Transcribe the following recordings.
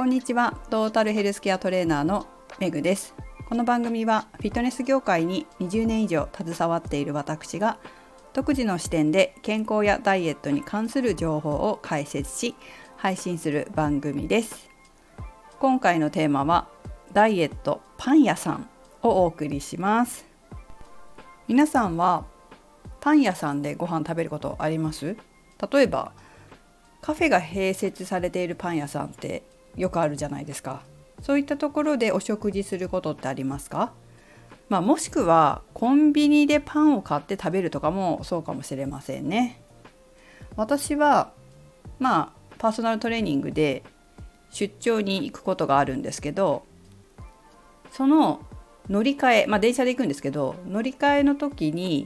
こんにちは。トータルヘルスケアトレーナーのメグです。この番組はフィットネス業界に20年以上携わっている私が独自の視点で健康やダイエットに関する情報を解説し配信する番組です。今回のテーマはダイエットパン屋さんをお送りします。皆さんはパン屋さんでご飯食べることあります？例えばカフェが併設されているパン屋さんってよくあるじゃないですか。そういったところでお食事することってありますか？もしくはコンビニでパンを買って食べるとかもそうかもしれませんね。私はパーソナルトレーニングで出張に行くことがあるんですけど、その乗り換え、電車で行くんですけど、乗り換えの時に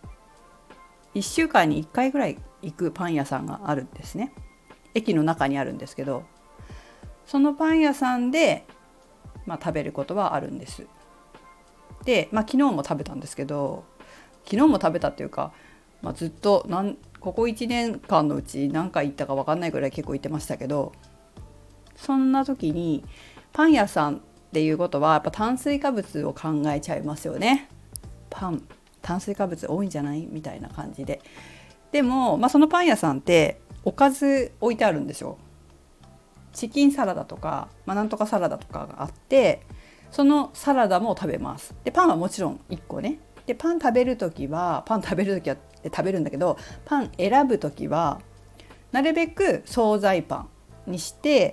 1週間に1回ぐらい行くパン屋さんがあるんですね。駅の中にあるんですけど、そのパン屋さんで、食べることはあるんです。で、昨日も食べたんですけど、昨日も食べたっていうか、ずっとここ1年間のうち何回行ったか分かんないぐらい結構行ってましたけど、そんな時にパン屋さんっていうことはやっぱ炭水化物を考えちゃいますよね。炭水化物多いんじゃないみたいな感じで。でも、そのパン屋さんっておかず置いてあるんですよ。チキンサラダとか、なんとかサラダとかがあって、そのサラダも食べます。でパンはもちろん1個ね。でパン食べるときは食べるんだけど、パン選ぶときはなるべく惣菜パンにして、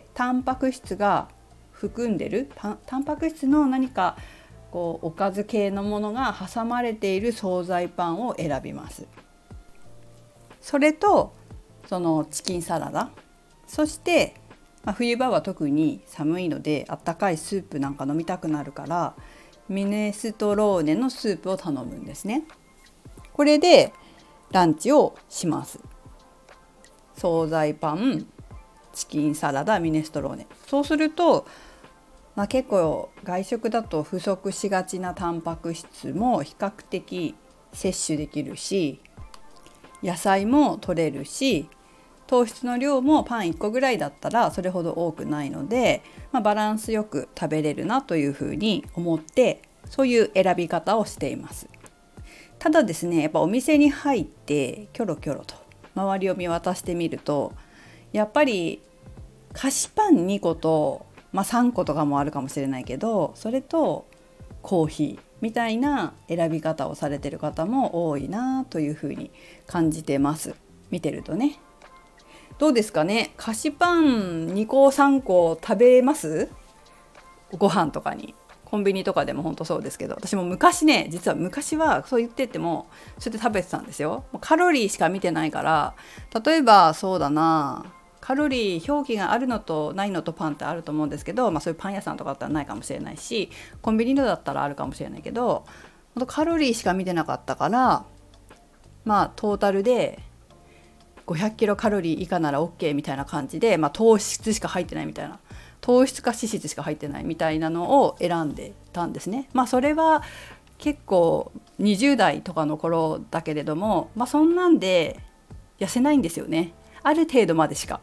タンパク質が含んでるタンパク質の何かおかず系のものが挟まれている惣菜パンを選びます。それとそのチキンサラダ、そして、冬場は特に寒いのであったかいスープなんか飲みたくなるから、ミネストローネのスープを頼むんですね。これでランチをします。惣菜パン、チキンサラダ、ミネストローネ。そうすると結構外食だと不足しがちなタンパク質も比較的摂取できるし、野菜も取れるし、糖質の量もパン1個ぐらいだったらそれほど多くないので、バランスよく食べれるなというふうに思って、そういう選び方をしています。ただですね、やっぱお店に入ってキョロキョロと周りを見渡してみると、やっぱり菓子パン2個と、3個とかもあるかもしれないけど、それとコーヒーみたいな選び方をされてる方も多いなというふうに感じてます。見てるとね。どうですかね。菓子パン2個3個食べます？ご飯とかに。コンビニとかでも本当そうですけど、私も実は昔はそう言っててもそうやって食べてたんですよ。カロリーしか見てないから、例えばそうだな、カロリー表記があるのとないのとパンってあると思うんですけど、そういうパン屋さんとかだったらないかもしれないし、コンビニのだったらあるかもしれないけど、カロリーしか見てなかったから、トータルで500キロカロリー以下なら OK みたいな感じで、糖質しか入ってないみたいな、糖質か脂質しか入ってないみたいなのを選んでたんですね。それは結構20代とかの頃だけれども、そんなんで痩せないんですよね。ある程度までしか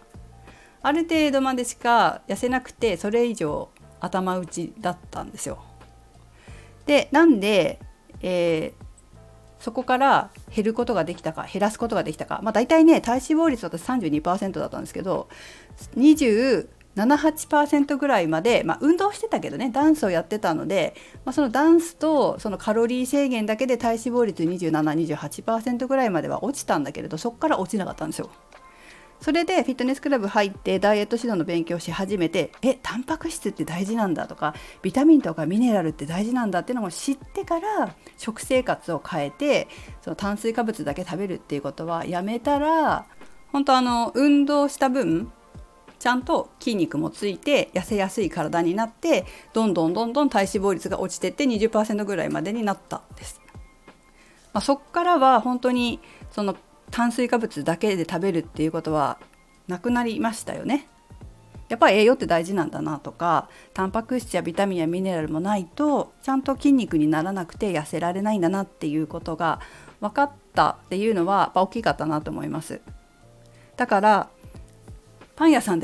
痩せなくて、それ以上頭打ちだったんですよ。でなんで、そこから減ることができたか減らすことができたか、だいたいね、体脂肪率だと 32% だったんですけど、27、8% ぐらいまで、運動してたけどね、ダンスをやってたので、そのダンスとそのカロリー制限だけで体脂肪率27、28% ぐらいまでは落ちたんだけれど、そこから落ちなかったんですよ。それでフィットネスクラブ入ってダイエット指導の勉強し始めて、タンパク質って大事なんだとか、ビタミンとかミネラルって大事なんだっていうのを知ってから食生活を変えて、その炭水化物だけ食べるっていうことはやめたら、本当運動した分ちゃんと筋肉もついて痩せやすい体になって、どんどん体脂肪率が落ちてって 20% ぐらいまでになったんです。そっからは本当にその炭水化物だけで食べるっていうことはなくなりましたよね。やっぱり栄養って大事なんだなとか、タンパク質やビタミンやミネラルもないとちゃんと筋肉にならなくて痩せられないんだなっていうことが分かったっていうのは大きかったなと思います。だからパン屋さんでね、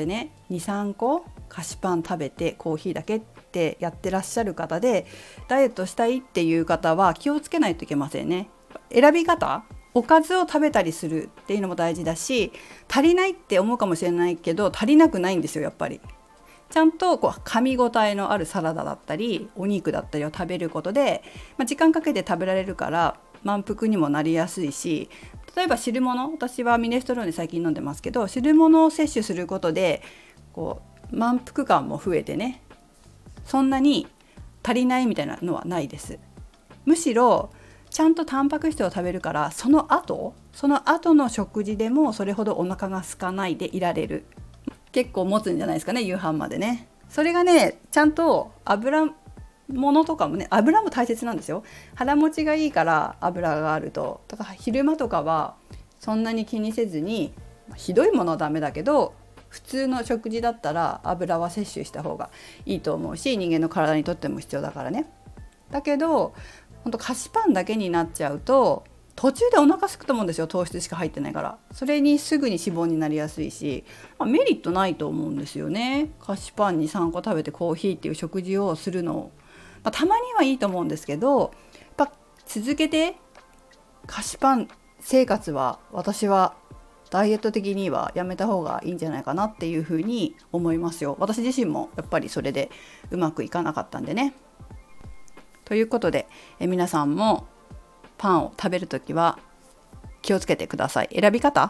2、3個菓子パン食べてコーヒーだけってやってらっしゃる方で、ダイエットしたいっていう方は気をつけないといけませんね。選び方、おかずを食べたりするっていうのも大事だし、足りないって思うかもしれないけど足りなくないんですよ。やっぱりちゃんと噛み応えのあるサラダだったりお肉だったりを食べることで、時間かけて食べられるから満腹にもなりやすいし、例えば汁物、私はミネストローネ最近飲んでますけど、汁物を摂取することで満腹感も増えてね、そんなに足りないみたいなのはないです。むしろちゃんとタンパク質を食べるから、その後の食事でもそれほどお腹が空かないでいられる。結構持つんじゃないですかね、夕飯までね。それがね、ちゃんと油物とかもね、油も大切なんですよ。腹持ちがいいから油があると。だから昼間とかはそんなに気にせずに、ひどいものはダメだけど普通の食事だったら油は摂取した方がいいと思うし、人間の体にとっても必要だからね。だけどほんと菓子パンだけになっちゃうと途中でお腹空くと思うんですよ。糖質しか入ってないから。それにすぐに脂肪になりやすいし、メリットないと思うんですよね。菓子パンに3個食べてコーヒーっていう食事をするの、たまにはいいと思うんですけど、やっぱ続けて菓子パン生活は私はダイエット的にはやめた方がいいんじゃないかなっていうふうに思いますよ。私自身もやっぱりそれでうまくいかなかったんでね。ということで皆さんもパンを食べるときは気をつけてください。選び方、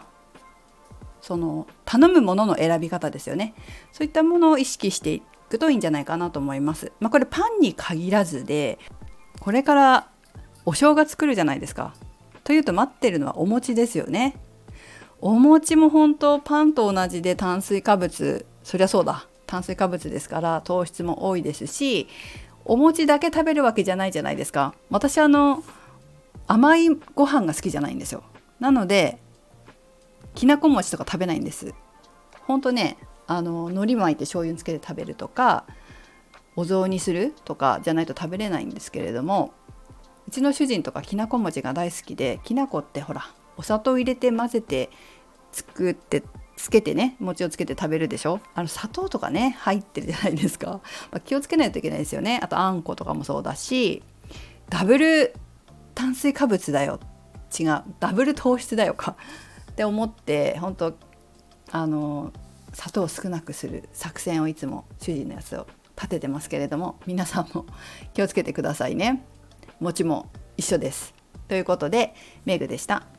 頼むものの選び方ですよね。そういったものを意識していくといいんじゃないかなと思います。これパンに限らずで、これからお正月来るじゃないですか。というと待ってるのはお餅ですよね。お餅も本当パンと同じで炭水化物、そりゃそうだ、炭水化物ですから糖質も多いですし、お餅だけ食べるわけじゃないじゃないですか。私甘いご飯が好きじゃないんですよ。なのできなこ餅とか食べないんです。ほんとね、海苔巻いて醤油につけて食べるとかお雑煮するとかじゃないと食べれないんですけれども、うちの主人とかきなこ餅が大好きで、きなこってほらお砂糖入れて混ぜて作ってつけてね、餅をつけて食べるでしょ。砂糖とかね入ってるじゃないですか。気をつけないといけないですよね。あとあんことかもそうだし、ダブル炭水化物だよ、違う、ダブル糖質だよかって思って、本当砂糖を少なくする作戦をいつも主人のやつを立ててますけれども、皆さんも気をつけてくださいね。餅も一緒です。ということでメグでした。